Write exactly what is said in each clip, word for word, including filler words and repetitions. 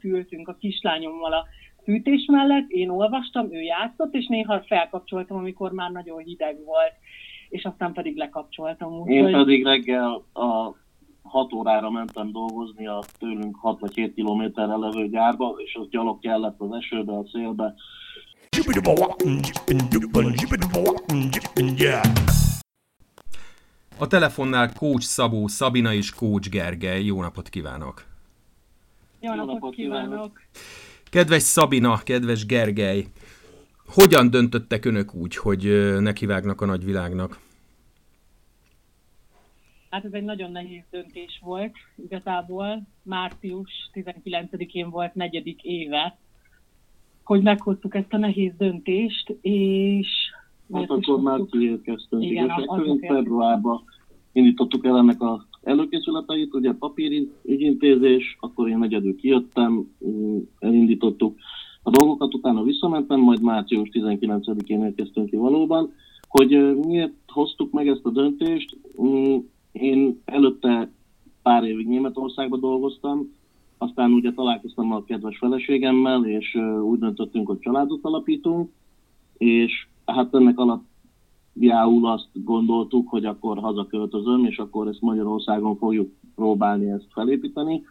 ültünk a kislányommal a fűtés mellett, én olvastam, ő játszott, és néha felkapcsoltam, amikor már nagyon hideg volt, és aztán pedig lekapcsoltam. Úgy, én hogy... pedig reggel a hat órára mentem dolgozni a tőlünk hat vagy hét kilométerre levő gyárba, és az gyalog kellett az esőbe, a szélbe. A telefonnál Kócs Szabó, Szabina és Kócs Gergely. Jó napot kívánok! Jó napot, Jó napot kívánok. kívánok! Kedves Szabina, kedves Gergely! Hogyan döntöttek önök úgy, hogy nekivágnak a nagyvilágnak? Hát ez egy nagyon nehéz döntés volt igazából. március tizenkilencedikén volt negyedik éve, hogy meghoztuk ezt a nehéz döntést, és... Hát akkor már kiérkeztünk. Igen, és ekkörünk februárban indítottuk el ennek az előkészületeit, ugye papírügyintézés, akkor én egyedül kijöttem, elindítottuk a dolgokat, utána visszamentem, majd március tizenkilencedikén érkeztünk ki valóban. Hogy miért hoztuk meg ezt a döntést, én előtte pár évig Németországban dolgoztam, aztán ugye találkoztam a kedves feleségemmel, és úgy döntöttünk, hogy családot alapítunk, és hát ennek alapjául azt gondoltuk, hogy akkor hazaköltözöm, és akkor ezt Magyarországon fogjuk próbálni ezt felépíteni.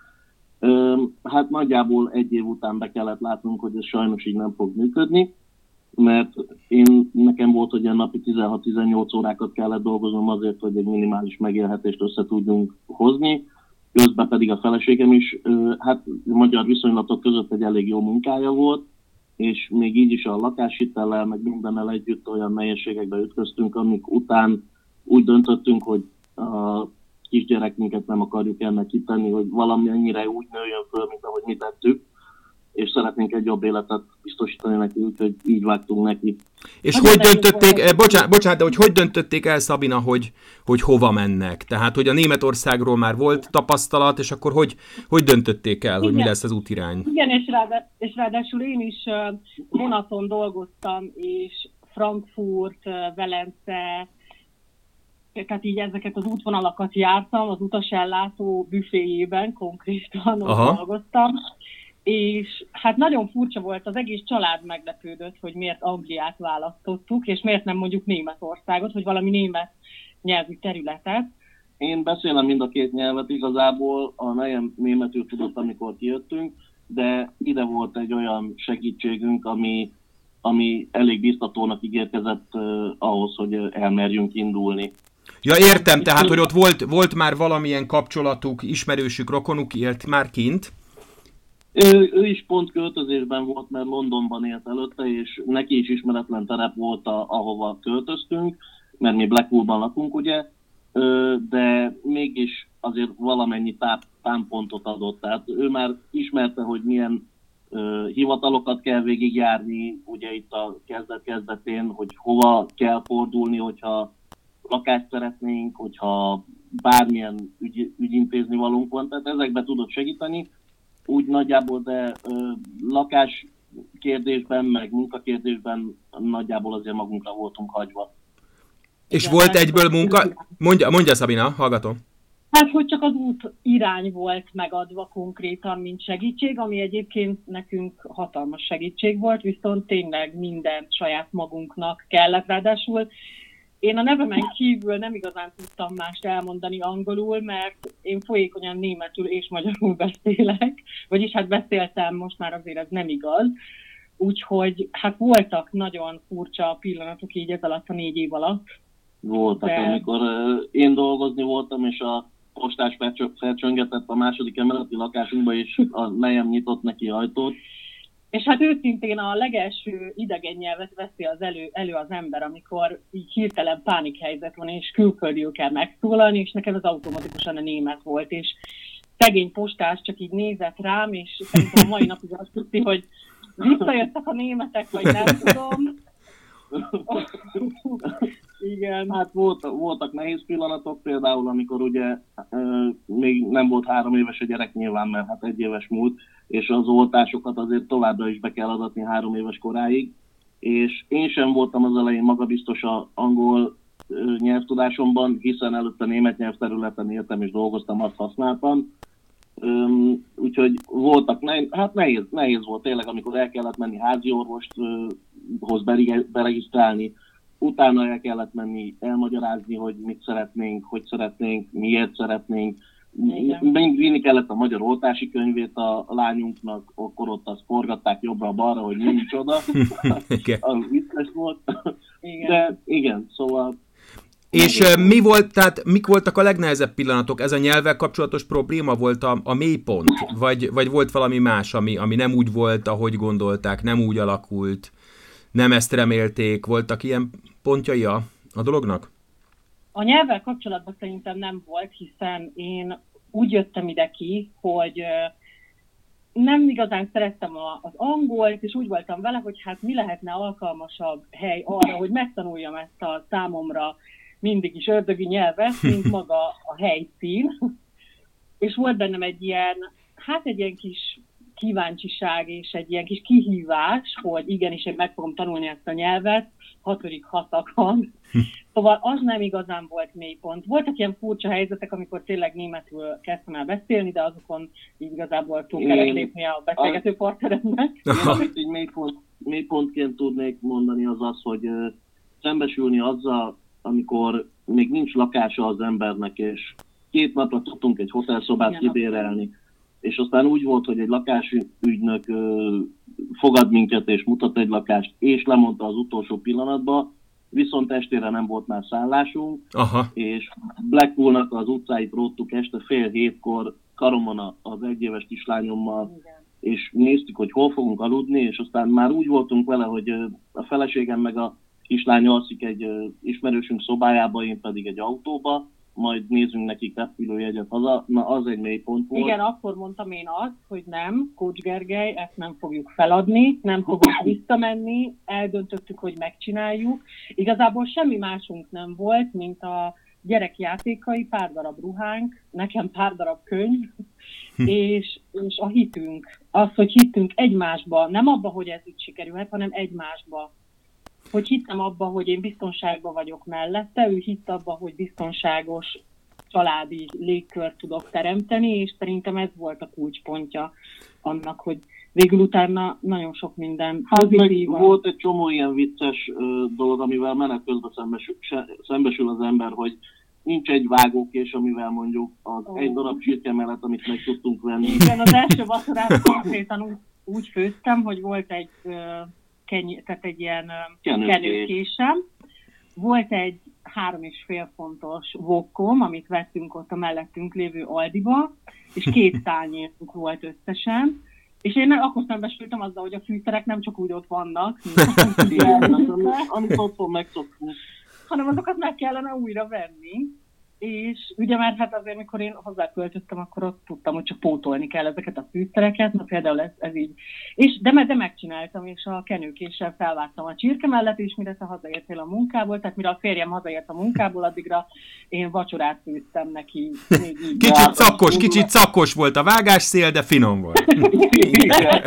Hát nagyjából egy év után be kellett látnunk, hogy ez sajnos így nem fog működni, mert én, nekem volt, hogy ilyen napi tizenhat-tizennyolc órákat kellett dolgoznom azért, hogy egy minimális megélhetést össze tudjunk hozni. Közben pedig a feleségem is, hát magyar viszonylatok között egy elég jó munkája volt, és még így is a lakáshitellel, meg mindennel együtt olyan nehézségekbe ütköztünk, amik után úgy döntöttünk, hogy a kisgyerekünket nem akarjuk ennek kitenni, hogy valami ennyire úgy nőjön föl, mint ahogy mi tettük, és szeretnénk egy jobb életet biztosítani neki, úgyhogy így vágtunk neki. És hogy, hogy döntötték, eh, bocsánat, bocsánat, de hogy hogy döntötték el, Szabina, hogy, hogy hova mennek? Tehát, hogy a Németországról már volt tapasztalat, és akkor hogy, hogy döntötték el, igen, hogy mi lesz az útirány? Igen, és, ráadá, és ráadásul én is vonaton dolgoztam, és Frankfurt, Velence, tehát így ezeket az útvonalakat jártam, az utasellátó büféjében konkrétan dolgoztam. És hát nagyon furcsa volt, az egész család meglepődött, hogy miért Angliát választottuk, és miért nem mondjuk Németországot, vagy valami német nyelvű területet. Én beszélem mind a két nyelvet igazából, a nejem németül tudott, amikor kijöttünk, de ide volt egy olyan segítségünk, ami, ami elég biztatónak ígérkezett uh, ahhoz, hogy elmerjünk indulni. Ja, értem, tehát, hogy ott volt, volt már valamilyen kapcsolatuk, ismerősük, rokonuk élt már kint? Ő, ő is pont költözésben volt, mert Londonban élt előtte, és neki is ismeretlen terep volt, a, ahova költöztünk, mert mi Blackpoolban lakunk, ugye, de mégis azért valamennyi táp, támpontot adott. Tehát ő már ismerte, hogy milyen uh, hivatalokat kell végigjárni, ugye itt a kezdet-kezdetén, hogy hova kell fordulni, hogyha lakást szeretnénk, hogyha bármilyen ügy, ügyintézni valunk van, tehát ezekben tudott segíteni. Úgy nagyjából, de ö, lakás kérdésben, meg munkakérdésben nagyjából azért magunkra voltunk hagyva. És igen, volt egyből munka? Mondja, mondja Szabina, hallgatom. Hát, hogy csak az út irány volt megadva konkrétan, mint segítség, ami egyébként nekünk hatalmas segítség volt, viszont tényleg mindent saját magunknak kellett, ráadásul én a nevemen kívül nem igazán tudtam mást elmondani angolul, mert én folyékonyan németül és magyarul beszélek, vagyis hát beszéltem, most már azért ez nem igaz. Úgyhogy hát voltak nagyon furcsa pillanatok így ez alatt a négy év alatt. Voltak, de... amikor uh, én dolgozni voltam, és a postás felcsöngetett a második emeleti lakásunkba, és a nejem nyitott neki ajtót. És hát őszintén a legelső idegen nyelvet veszi az elő, elő az ember, amikor így hirtelen pánikhelyzet van, és külföldül kell megszólalni, és nekem az automatikusan a német volt, és szegény postás csak így nézett rám, és szerintem a mai napig azt tudti, hogy visszajöttek a németek, vagy nem tudom. Igen. Hát volt, voltak nehéz pillanatok, például amikor ugye euh, még nem volt három éves a gyerek nyilván, mert hát egy éves múlt, és az oltásokat azért továbbra is be kell adatni három éves koráig, és én sem voltam az elején magabiztos az angol euh, nyelvtudásomban, hiszen előtte német nyelvterületen éltem és dolgoztam, azt használtam. Üm, úgyhogy voltak, ne, hát nehéz, nehéz volt tényleg, amikor el kellett menni házi orvosthoz beregisztrálni, utána el kellett menni elmagyarázni, hogy mit szeretnénk, hogy szeretnénk, miért szeretnénk. Vinni kellett a magyar oltási könyvét a lányunknak, akkor ott azt forgatták jobbra-balra, hogy nincs oda. Az vicces volt. Igen. De igen, szóval... És uh, mi volt, tehát mik voltak a legnehezebb pillanatok? Ez a nyelvvel kapcsolatos probléma volt a, a mélypont? Vagy, vagy volt valami más, ami, ami nem úgy volt, ahogy gondolták, nem úgy alakult, nem ezt remélték? Voltak ilyen pontjai a, a dolognak? A nyelvvel kapcsolatban szerintem nem volt, hiszen én úgy jöttem ide ki, hogy nem igazán szerettem a, az angolt, és úgy voltam vele, hogy hát mi lehetne alkalmasabb hely arra, hogy megtanuljam ezt a számomra mindig is ördögi nyelvet, mint maga a helyszín. És volt bennem egy ilyen, hát egy ilyen kis kíváncsiság és egy ilyen kis kihívás, hogy igenis én meg fogom tanulni ezt a nyelvet, hatodik hatakon. Szóval az nem igazán volt mélypont. Voltak ilyen furcsa helyzetek, amikor tényleg németül kezdtem el beszélni, de azokon igazából túl kellett lépni a beszélgető partneremnek. Én amit így mélypont, mélypontként tudnék mondani az az, hogy uh, szembesülni azzal, amikor még nincs lakása az embernek, és két napra tudtunk egy hotelszobát kibérelni, és aztán úgy volt, hogy egy lakásügynök uh, fogad minket, és mutat egy lakást, és lemondta az utolsó pillanatban, viszont estére nem volt már szállásunk, aha, és Blackpoolnak az utcáit róttuk este fél hétkor karomon az egyéves kislányommal, igen, és néztük, hogy hol fogunk aludni, és aztán már úgy voltunk vele, hogy a feleségem meg a kislány alszik egy ismerősünk szobájába, én pedig egy autóba, majd nézzünk nekik repülőjegyet haza. Na, az egy mélypont volt. Igen, akkor mondtam én azt, hogy nem, Kócs Gergely, ezt nem fogjuk feladni, nem fogunk visszamenni, eldöntöttük, hogy megcsináljuk. Igazából semmi másunk nem volt, mint a gyerekjátékai, pár darab ruhánk, nekem pár darab könyv, és, és a hitünk. Az, hogy hittünk egymásba, nem abba, hogy ez így sikerülhet, hanem egymásba. Hogy hittem abba, hogy én biztonságban vagyok mellette, ő hitt abba, hogy biztonságos családi légkört tudok teremteni, és szerintem ez volt a kulcspontja annak, hogy végül utána nagyon sok minden pozitív. Hát volt egy csomó ilyen vicces ö, dolog, amivel menet közben szembesül, szembesül az ember, hogy nincs egy vágókés, amivel mondjuk az oh. egy darab csirke mellett, amit meg tudtunk venni. Igen, az első vacsorát konkrétan úgy, úgy főztem, hogy volt egy... Ö, Keny- tehát egy ilyen Kenőkés. kenőkésem. Volt egy három és fél fontos vokkom, amit vettünk ott a mellettünk lévő Aldiba, és két tányérunk volt összesen. És én akkor szembesültem azzal, hogy a fűszerek nem csak úgy ott vannak, amit otthon megszoktunk, hanem azokat meg kellene újra venni. És ugye már hát azért, mikor én hozzáköltöttem, akkor ott tudtam, hogy csak pótolni kell ezeket a fűszereket, na például ez, ez így. És de, de megcsináltam, és a kenőkéssel felvágtam a csirke mellett, és mire te hazaértél a munkából, tehát mire a férjem hazaért a munkából, addigra én vacsorát főztem neki. Még így kicsit szakos, kicsit szakos volt a vágásszél, de finom volt. Igen.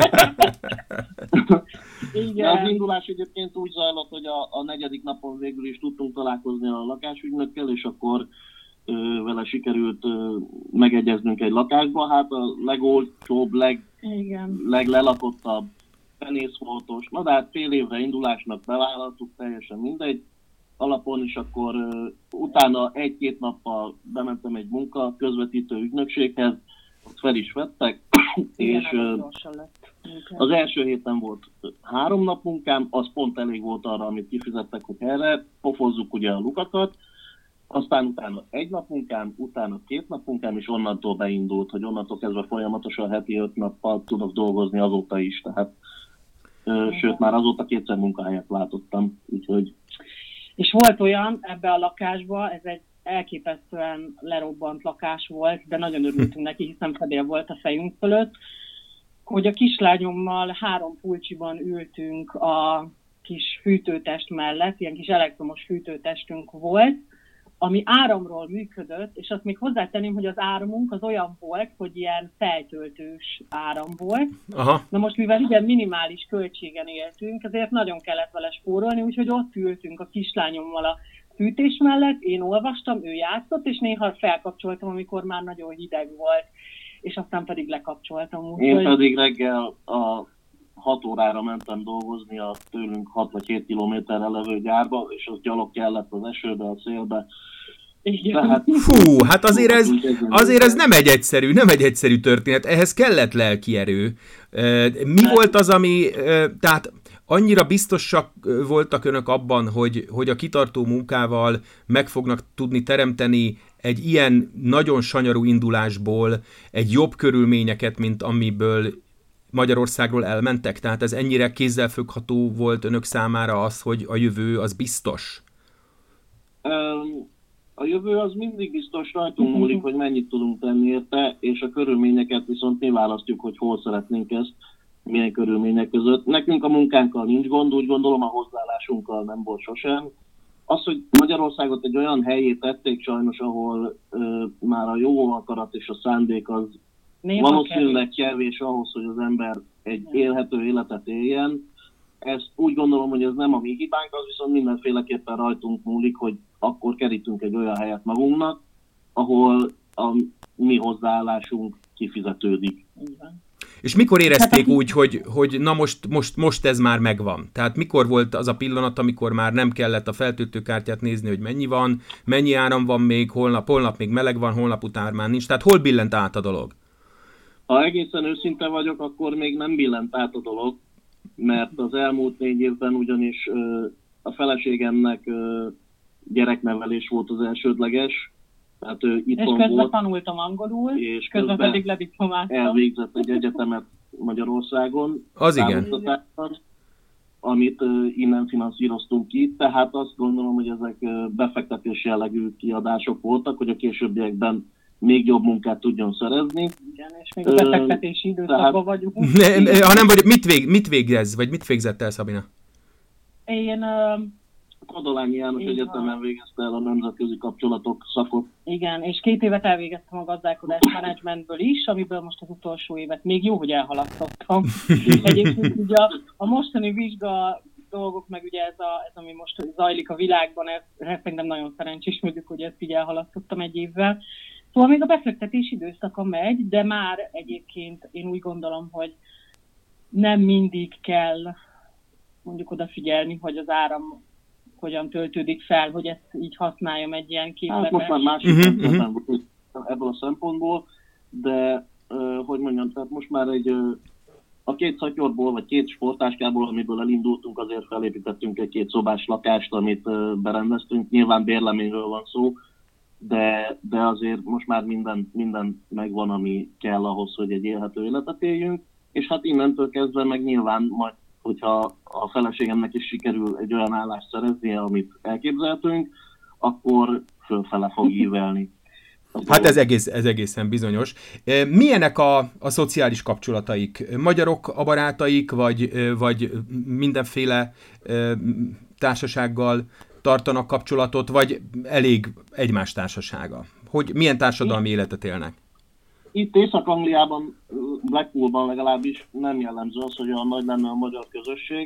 Igen. Az indulás egyébként úgy zajlott, hogy a, a negyedik napon végül is tudtunk találkozni a lakásügynökkel, és akkor ö, vele sikerült ö, megegyeznünk egy lakásba. Hát a legolcsóbb, leg, leglelakottabb penészfoltos. Na de hát fél évre indulásnak bevállaltuk, teljesen mindegy alapon, és akkor ö, utána egy-két nappal bementem egy munka közvetítő ügynökséghez, ott fel is vettek, igen, és ö, az első héten volt három nap munkám, az pont elég volt arra, amit kifizettek, hogy erre pofozzuk ugye a lukakat, aztán utána egy nap munkám, utána két nap munkám, és onnantól beindult, hogy onnantól kezdve folyamatosan heti öt nappal tudok dolgozni azóta is, tehát ö, sőt már azóta kétszer munkahelyet látottam, úgyhogy... És volt olyan ebbe a lakásba, ez egy elképesztően lerobbant lakás volt, de nagyon örültünk neki, hiszen fedél volt a fejünk fölött, hogy a kislányommal három pulcsiban ültünk a kis fűtőtest mellett, ilyen kis elektromos fűtőtestünk volt, ami áramról működött, és azt még hozzátenném, hogy az áramunk az olyan volt, hogy ilyen feltöltős áram volt. Aha. Na most, mivel igen minimális költségen éltünk, ezért nagyon kellett vele spórolni, úgyhogy ott ültünk a kislányommal a fűtés mellett, én olvastam, ő játszott, és néha felkapcsoltam, amikor már nagyon hideg volt. és aztán pedig lekapcsoltam. Úgy, Én hogy... pedig reggel a hat órára mentem dolgozni a tőlünk hat vagy hét kilométerre levő gyárba, és az gyalog kellett az esőbe, a szélbe. Tehát, fú, hát azért ez, azért ez nem egy egyszerű, nem egy egyszerű történet, ehhez kellett lelkierő. Mi volt az, ami, tehát annyira biztosak voltak önök abban, hogy, hogy a kitartó munkával meg fognak tudni teremteni egy ilyen nagyon sanyarú indulásból egy jobb körülményeket, mint amiből Magyarországról elmentek? Tehát ez ennyire kézzelfogható volt önök számára az, hogy a jövő az biztos? Um... A jövő az mindig biztos rajtunk múlik, hogy mennyit tudunk tenni érte, és a körülményeket viszont mi választjuk, hogy hol szeretnénk ezt, milyen körülmények között. Nekünk a munkánkkal nincs gond, úgy gondolom a hozzáállásunkkal nem volt sosem. Az, hogy Magyarországot egy olyan helyé tették sajnos, ahol ö, már a jó akarat és a szándék az Néha valószínűleg kevés. kevés ahhoz, hogy az ember egy élhető életet éljen. Ezt úgy gondolom, hogy ez nem a mi hibánk, az viszont mindenféleképpen rajtunk múlik, hogy akkor kerítünk egy olyan helyet magunknak, ahol a mi hozzáállásunk kifizetődik. Igen. És mikor érezték úgy, hogy, hogy na most, most, most ez már megvan? Tehát mikor volt az a pillanat, amikor már nem kellett a feltöltőkártyát nézni, hogy mennyi van, mennyi áram van még, holnap, holnap még meleg van, holnap után már nincs. Tehát hol billent át a dolog? Ha egészen őszinte vagyok, akkor még nem billent át a dolog, mert az elmúlt négy évben ugyanis ö, a feleségemnek ö, gyereknevelés volt az elsődleges, tehát ő itthon volt. És közben tanultam angolul, és közben pedig lediplomáztam. Elvégzett egy egyetemet Magyarországon. Az igen. Amit ö, innen finanszíroztunk ki, tehát azt gondolom, hogy ezek ö, befektetés jellegű kiadások voltak, hogy a későbbiekben még jobb munkát tudjon szerezni. Igen, és még a befektetési időszakban tehát... vagyunk. Ne, ne, ha nem vagy, mit, vég, mit végez, vagy mit végzett el, Szabina? Én... Uh, Kodolányi János Egyetemen végezte el a nemzetközi kapcsolatok szakot. Igen, és két évet elvégeztem a gazdálkodás menedzsmentből is, amiből most az utolsó évet még jó, hogy elhalasztottam. Egyébként ugye a, a mostani vizsga dolgok, meg ugye ez, a, ez ami most zajlik a világban, ez, ez szerintem nagyon szerencsés mondjuk, hogy ezt így elhalasztottam egy évvel. Szóval még a befektetési időszaka megy, de már egyébként én úgy gondolom, hogy nem mindig kell mondjuk odafigyelni, hogy az áram hogyan töltődik fel, hogy ezt így használjam egy ilyen képletes. Hát most már másik uh-huh. ebből a szempontból, de uh, hogy mondjam, tehát most már egy uh, a két szatyorból, vagy két sportáskából, amiből elindultunk, azért felépítettünk egy két szobás lakást, amit uh, berendeztünk. Nyilván bérleményről van szó, de, de azért most már minden, minden megvan, ami kell ahhoz, hogy egy élhető életet éljünk, és hát innentől kezdve meg nyilván majd, hogyha a feleségemnek is sikerül egy olyan állást szereznie, amit elképzeltünk, akkor fölfele fog ívelni. Hát ez, egész, ez egészen bizonyos. Milyenek a, a szociális kapcsolataik? Magyarok a barátaik, vagy, vagy mindenféle társasággal tartanak kapcsolatot, vagy elég egymás társasága? Hogy milyen társadalmi életet élnek? Itt Észak-Angliában, Blackpoolban legalábbis nem jellemző az, hogy olyan nagy lenne a magyar közösség.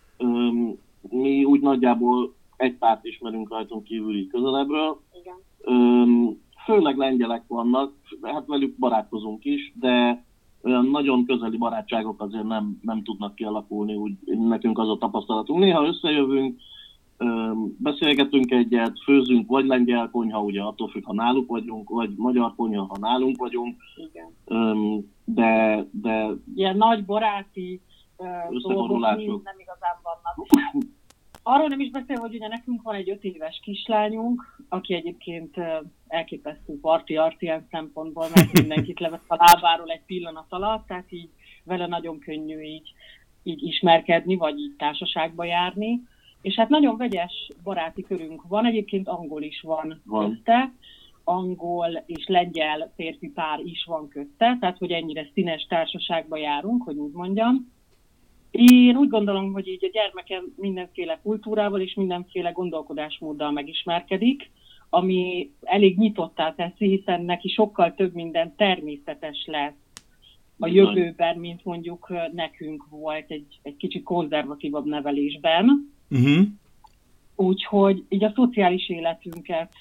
Mi úgy nagyjából egy párt ismerünk rajtunk kívül így közelebbről. Igen. Főleg lengyelek vannak, hát velük barátkozunk is, de olyan nagyon közeli barátságok azért nem, nem tudnak kialakulni, úgy nekünk az a tapasztalatunk. Néha összejövünk, beszélgetünk egyet, főzünk vagy lengyel konyha, ugye attól függ, ha náluk vagyunk, vagy magyar konyha, ha nálunk vagyunk. Igen. De, de... Ilyen nagy baráti dolgok nem igazán vannak. Arról nem is beszél, hogy ugye nekünk van egy öt éves kislányunk, aki egyébként elképesztő parti-arti ilyen szempontból, mert mindenkit levesz a lábáról egy pillanat alatt, tehát így vele nagyon könnyű így, így ismerkedni, vagy így társaságba járni. És hát nagyon vegyes baráti körünk van, egyébként angol is van, van. közte, angol és lengyel férfi pár is van közte, tehát hogy ennyire színes társaságba járunk, hogy úgy mondjam. Én úgy gondolom, hogy így a gyermekem mindenféle kultúrával és mindenféle gondolkodásmóddal megismerkedik, ami elég nyitottá teszi, hiszen neki sokkal több minden természetes lesz a jövőben, mint mondjuk nekünk volt egy, egy kicsit konzervatívabb nevelésben. Uh-huh. Úgyhogy így a szociális életünket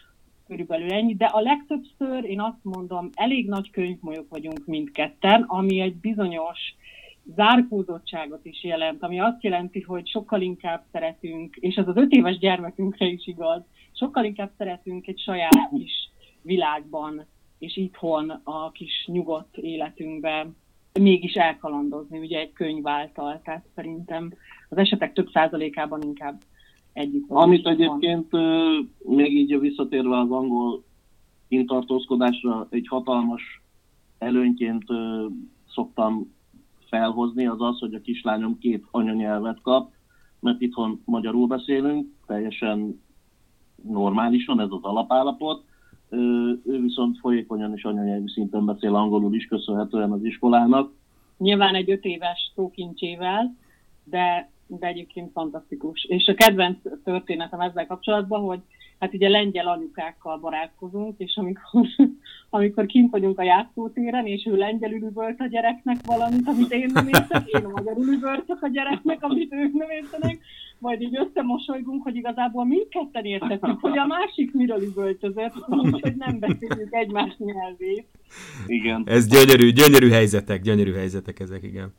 körülbelül ennyi, de a legtöbbször én azt mondom, elég nagy könyvmolyok vagyunk mindketten, ami egy bizonyos zárkózottságot is jelent, ami azt jelenti, hogy sokkal inkább szeretünk, és ez az öt éves gyermekünkre is igaz, sokkal inkább szeretünk egy saját kis világban, és itthon a kis nyugodt életünkben mégis elkalandozni, ugye egy könyv által, tehát szerintem az esetek több százalékában inkább együtt van. Amit egyébként még így visszatérve az angol kintartózkodásra egy hatalmas előnyként szoktam felhozni, az az, hogy a kislányom két anyanyelvet kap, mert itthon magyarul beszélünk, teljesen normálisan, ez az alapállapot. Ő viszont folyékonyan és anyanyelvi szinten beszél angolul is, köszönhetően az iskolának. Nyilván egy öt éves szókincsével, de, de egyébként fantasztikus. És a kedvenc történetem ezzel kapcsolatban, hogy hát ugye lengyel anyukákkal barátkozunk, és amikor, amikor kint vagyunk a játszótéren, és ő lengyelül üvölt a gyereknek valamit, amit én nem értek, én magyarul üvöltök a gyereknek, amit ők nem értenek, majd így összemosolygunk, hogy igazából mindketten értettük, hogy a másik miről üvöltözött, úgyhogy nem beszéljük egymás nyelvét. Igen. Ez gyönyörű, gyönyörű helyzetek, gyönyörű helyzetek ezek, igen.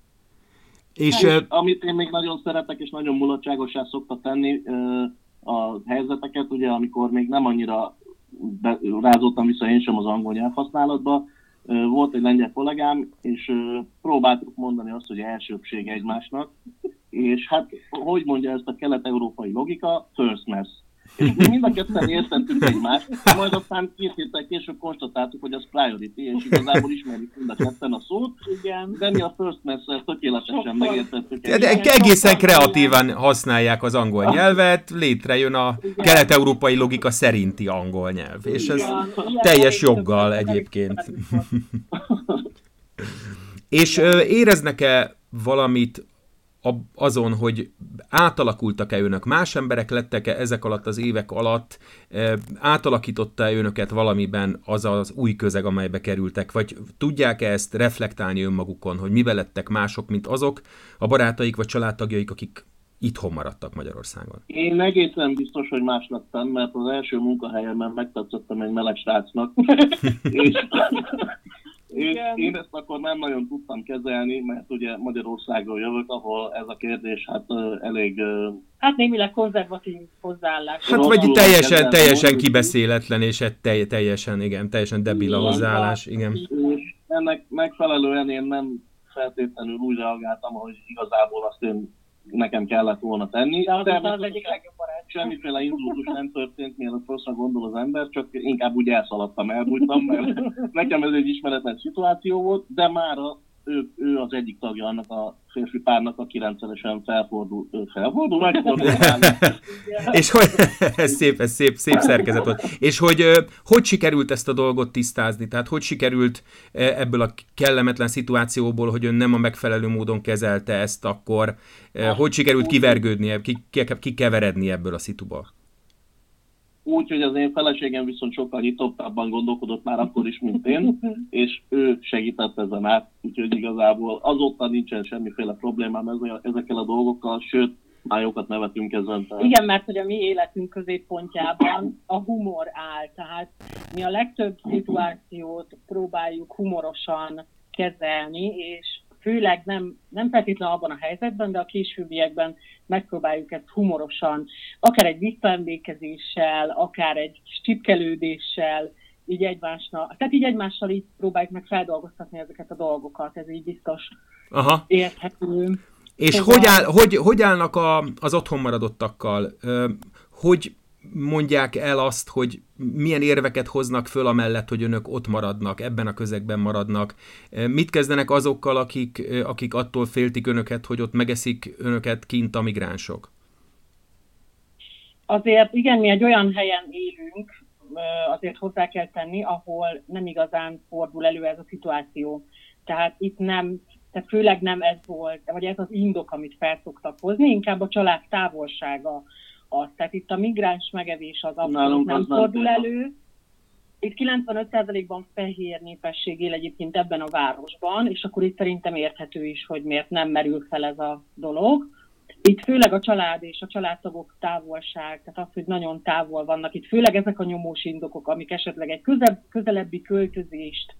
És, és uh, amit én még nagyon szeretek, és nagyon mulatságosá szokta tenni uh, a helyzeteket, ugye, amikor még nem annyira be, rázottam vissza én sem az angol nyelvhasználatba, uh, volt egy lengyel kollégám, és uh, próbáltuk mondani azt, hogy elsőbség egymásnak, és hát, hogy mondja ezt a kelet-európai logika, first mess. És mi mind a ketten értettük egymást, majd aztán két héttel később konstatáltuk, hogy az priority, és igazából ismerjük mind a ketten a szót, igen. De mi a first mess-el tökéletesen megértettük. De, de egészen kreatívan használják az angol nyelvet, létrejön a igen. kelet-európai logika szerinti angol nyelv, és ez igen. teljes joggal egyébként. És éreznek-e valamit azon, hogy átalakultak-e önök, más emberek lettek-e ezek alatt az évek alatt, átalakította-e önöket valamiben az az új közeg, amelybe kerültek, vagy tudják-e ezt reflektálni önmagukon, hogy miben lettek mások, mint azok a barátaik vagy családtagjaik, akik itthon maradtak Magyarországon? Én egészen biztos, hogy más lettem, mert az első munkahelyemen megtetszettem egy meleg srácnak, és... Én, én ezt akkor nem nagyon tudtam kezelni, mert ugye Magyarországról jövök, ahol ez a kérdés hát elég... Hát némileg konzervatív hozzáállás. Hát vagy teljesen, teljesen kibeszéletlen, és egy teljesen, igen, teljesen debil a hozzáállás, igen. És ennek megfelelően én nem feltétlenül úgy reagáltam, hogy igazából azt én nekem kellett volna tenni. De az, de az egyik legjobb barát. Semmiféle inzultus nem történt, mielőtt rosszra gondol az ember, csak inkább úgy elszaladtam, elbújtam, mert nekem ez egy ismeretlen szituáció volt, de már ő, ő az egyik tagja annak a férfi párnak, aki rendszeresen felfordul, felfordul, megfordul. És hogy, ez szép, ez szép, szép szerkezet volt. És hogy hogy sikerült ezt a dolgot tisztázni? Tehát hogy sikerült ebből a kellemetlen szituációból, hogy ön nem a megfelelő módon kezelte ezt, akkor hogy sikerült kivergődnie, kikeveredni ebből a szituba? Úgy, hogy az én feleségem viszont sokkal nyitottabban gondolkodott már akkor is, mint én, és ő segített ezen át, úgyhogy igazából azóta nincsen semmiféle problémám ezekkel a dolgokkal, sőt, már jókat nevetünk ezen. Tehát. Igen, mert hogy a mi életünk középpontjában a humor áll, tehát mi a legtöbb szituációt próbáljuk humorosan kezelni, és főleg nem, nem feltétlenül abban a helyzetben, de a későbbiekben megpróbáljuk ezt humorosan, akár egy visszaemlékezéssel, akár egy csipkelődéssel, így egymásnak, tehát így egymással így próbáljuk meg feldolgoztatni ezeket a dolgokat, ez így biztos Aha. érthető. És szóval... hogy, áll, hogy, hogy állnak a, az otthon maradottakkal? Hogy mondják el azt, hogy milyen érveket hoznak föl amellett, hogy önök ott maradnak, ebben a közegben maradnak? Mit kezdenek azokkal, akik, akik attól féltik önöket, hogy ott megeszik önöket kint a migránsok? Azért igen, mi egy olyan helyen élünk, azért hozzá kell tenni, ahol nem igazán fordul elő ez a szituáció. Tehát itt nem, tehát főleg nem ez volt, vagy ez az indok, amit fel szoktak hozni, inkább a család távolsága az. Tehát itt a migráns megevés az abszolút nem fordul elő. Itt kilencvenöt százalékban fehér népesség él egyébként ebben a városban, és akkor itt szerintem érthető is, hogy miért nem merül fel ez a dolog. itt főleg a család és a családtagok távolság, tehát az, hogy nagyon távol vannak, itt főleg ezek a nyomós indokok, amik esetleg egy köze, közelebbi költözést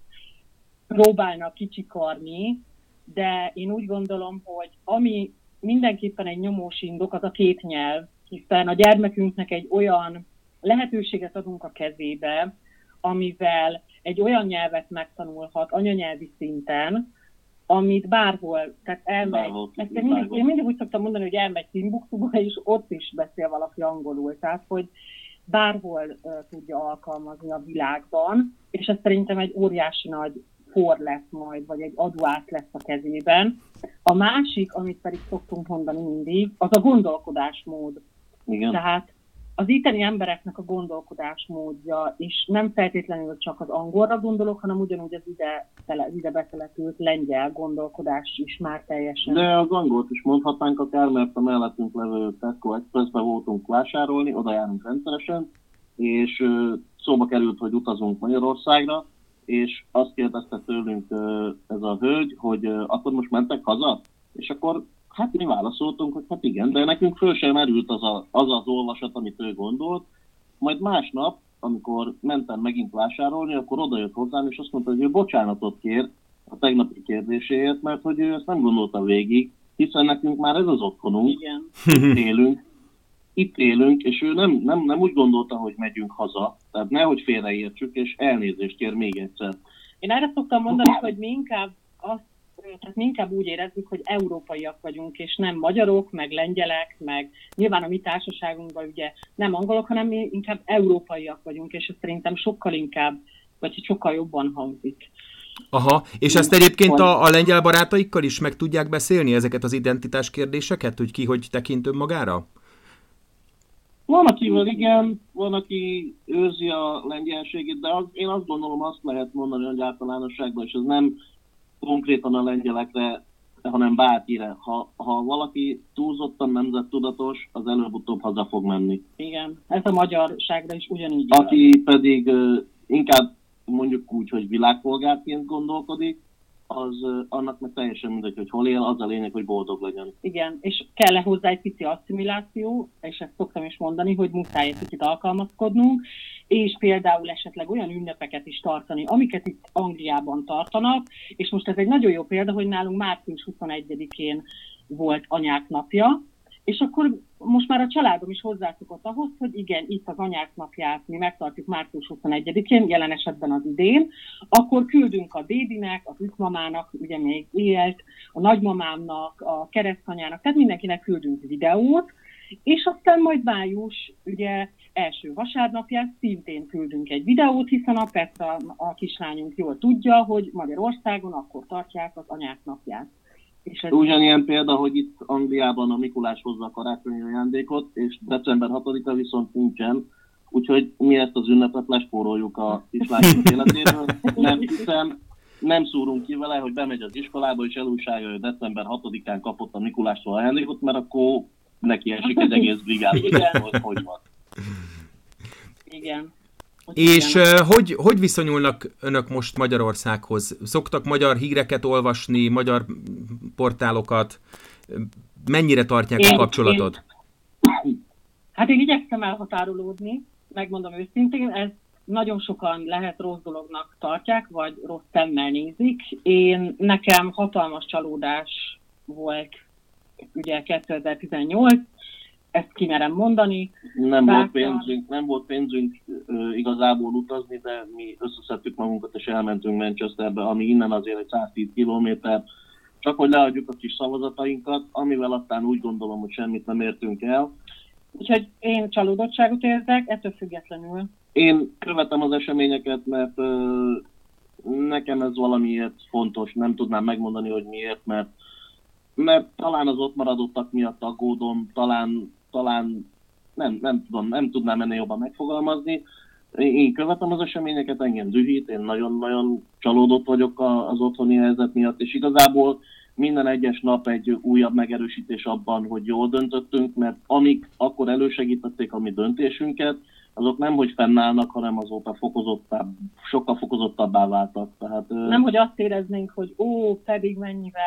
próbálnak kicsikarni, de én úgy gondolom, hogy ami mindenképpen egy nyomós indok, az a két nyelv, hiszen a gyermekünknek egy olyan lehetőséget adunk a kezébe, amivel egy olyan nyelvet megtanulhat anyanyelvi szinten, amit bárhol, tehát elmegy. Bárhol, Ezt én, mindig, én mindig úgy szoktam mondani, hogy elmegy Timbuktuba, és ott is beszél valaki angolul, tehát hogy bárhol uh, tudja alkalmazni a világban, és ez szerintem egy óriási nagy for lesz majd, vagy egy adóát lesz a kezében. A másik, amit pedig szoktunk mondani mindig, az a gondolkodásmód. Igen. Tehát az itteni embereknek a gondolkodásmódja, és nem feltétlenül csak az angolra gondolok, hanem ugyanúgy az ide, ide betelepült lengyel gondolkodás is már teljesen. De az angolt is mondhatnánk akár, mert a mellettünk levő Tesco Expressbe voltunk vásárolni, oda járunk rendszeresen, és uh, szóba került, hogy utazunk Magyarországra, és azt kérdezte tőlünk uh, ez a hölgy, hogy uh, akkor most mentek haza? És akkor hát mi válaszoltunk, hogy hát igen, de nekünk föl sem merült az, a, az az olvasat, amit ő gondolt. Majd másnap, amikor mentem megint vásárolni, akkor odajött hozzám, és azt mondta, hogy ő bocsánatot kér a tegnapi kérdéséért, mert hogy ő ezt nem gondolta végig, hiszen nekünk már ez az otthonunk, igen. Itt élünk, itt élünk, és ő nem, nem, nem úgy gondolta, hogy megyünk haza, tehát nehogy félreértsük, és elnézést kér még egyszer. Én erre szoktam mondani, hogy mi inkább azt Tehát mi inkább úgy érezzük, hogy európaiak vagyunk, és nem magyarok, meg lengyelek, meg nyilván a mi társaságunkban ugye nem angolok, hanem mi inkább európaiak vagyunk, és ez szerintem sokkal inkább, vagy sokkal jobban hangzik. Aha, és ezt egyébként a, a lengyel barátaikkal is meg tudják beszélni, ezeket az identitás kérdéseket, hogy ki hogy tekint önmagára? Van, akivel igen, van, aki őrzi a lengyelségét, de az, én azt gondolom, azt lehet mondani, hogy általánosságban, és ez nem konkrétan a lengyelekre, hanem bárkire. Ha, ha valaki túlzottan nemzettudatos, az előbb-utóbb haza fog menni. Igen, ez a magyarságra is ugyanígy. Aki van. pedig uh, inkább mondjuk úgy, hogy világpolgárként gondolkodik, az uh, annak meg teljesen mindegy, hogy hol él, az a lényeg, hogy boldog legyen. Igen, és kell-e hozzá egy pici asszimiláció, és ezt szoktam is mondani, hogy muszáj egy picit alkalmazkodnunk, és például esetleg olyan ünnepeket is tartani, amiket itt Angliában tartanak, és most ez egy nagyon jó példa, hogy nálunk március huszonegyedikén volt anyák napja, és akkor most már a családom is hozzászokott ahhoz, hogy igen, itt az anyák napját mi megtartjuk március huszonegyedikén, jelen esetben az idén, akkor küldünk a bébinek, az ütmamának, ugye még élt, a nagymamámnak, a keresztanyának, tehát mindenkinek küldünk videót, és aztán majd május, ugye első vasárnapján szintén küldünk egy videót, hiszen a Petra, a kislányunk jól tudja, hogy Magyarországon akkor tartják az anyák napját. Ez... Ugyanilyen példa, hogy itt Angliában a Mikulás hozza a karácsonyi ajándékot, és december hatodika viszont nincsen, úgyhogy mi ezt az ünnepet lespóroljuk a kislányunk életéről, nem hiszen nem szúrunk ki vele, hogy bemegy az iskolába, és elújságolja, hogy december hatodikán kapott a Mikulástól ajándékot, mert akkor neki esik egy egész brigád, hogy hogy van. Igen. És uh, hogy, hogy viszonyulnak önök most Magyarországhoz? Szoktak magyar híreket olvasni, magyar portálokat? Mennyire tartják én, a kapcsolatot? Én, hát én igyekszem elhatárolódni, megmondom őszintén, ez nagyon sokan lehet rossz dolognak tartják, vagy rossz szemmel nézik. Én, nekem hatalmas csalódás volt ugye kétezer-tizennyolc, ezt kimerem mondani. Nem volt pénzünk, nem volt pénzünk uh, igazából utazni, de mi összeszedtük magunkat és elmentünk Manchesterbe, ami innen azért egy száztíz kilométer, csak hogy leadjuk a kis szavazatainkat, amivel aztán úgy gondolom, hogy semmit nem értünk el. Úgyhogy én csalódottságot érzek, ettől függetlenül. Én követem az eseményeket, mert uh, nekem ez valamiért fontos, nem tudnám megmondani, hogy miért, mert, mert talán az ott maradottak miatt aggódom, talán talán nem, nem tudom, nem tudnám ennél jobban megfogalmazni. Én követem az eseményeket, engem dühít, én nagyon-nagyon csalódott vagyok az otthoni helyzet miatt, és igazából minden egyes nap egy újabb megerősítés abban, hogy jól döntöttünk, mert amik akkor elősegítették a mi döntésünket, azok nem, hogy fennállnak, hanem azóta fokozottabb, sokkal fokozottabbá váltak. Tehát, nem, hogy azt éreznénk, hogy ó, pedig mennyivel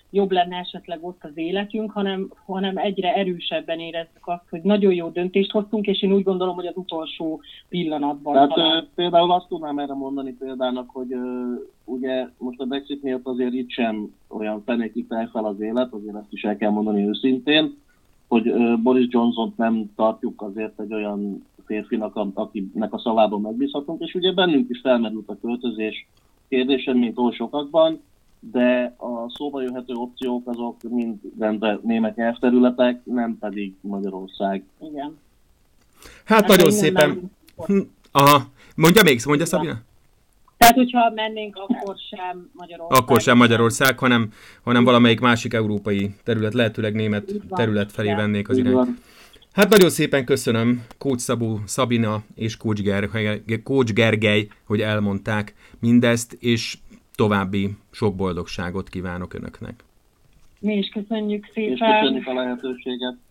jobb lenne esetleg ott az életünk, hanem, hanem egyre erősebben érezzük azt, hogy nagyon jó döntést hoztunk, és én úgy gondolom, hogy az utolsó pillanatban. Tehát talán... például azt tudnám erre mondani példának, hogy ugye most a Brexit miatt azért itt sem olyan fenékig tel fel az élet, azért ezt is el kell mondani őszintén, hogy Boris Johnsont nem tartjuk azért egy olyan férfinak, akinek a szavában megbízhatunk, és ugye bennünk is felmerült a költözés kérdése, mint oly sokakban, de a szóba jöhető opciók azok mind rendben német nyelvterületek, nem pedig Magyarország. Igen. Hát, hát nagyon szépen... Nem... Aha. Mondja még, mondja Szabina? Tehát, hogyha mennénk, akkor sem Magyarország. Akkor sem Magyarország, hanem, hanem valamelyik másik európai terület, lehetőleg német terület felé vennék az irányt. Hát nagyon szépen köszönöm Kócs Szabó, Szabina és Kócs Gergely, Kócs Gergely, hogy elmondták mindezt, és további sok boldogságot kívánok önöknek. Mi is köszönjük szépen. És köszönjük a lehetőséget.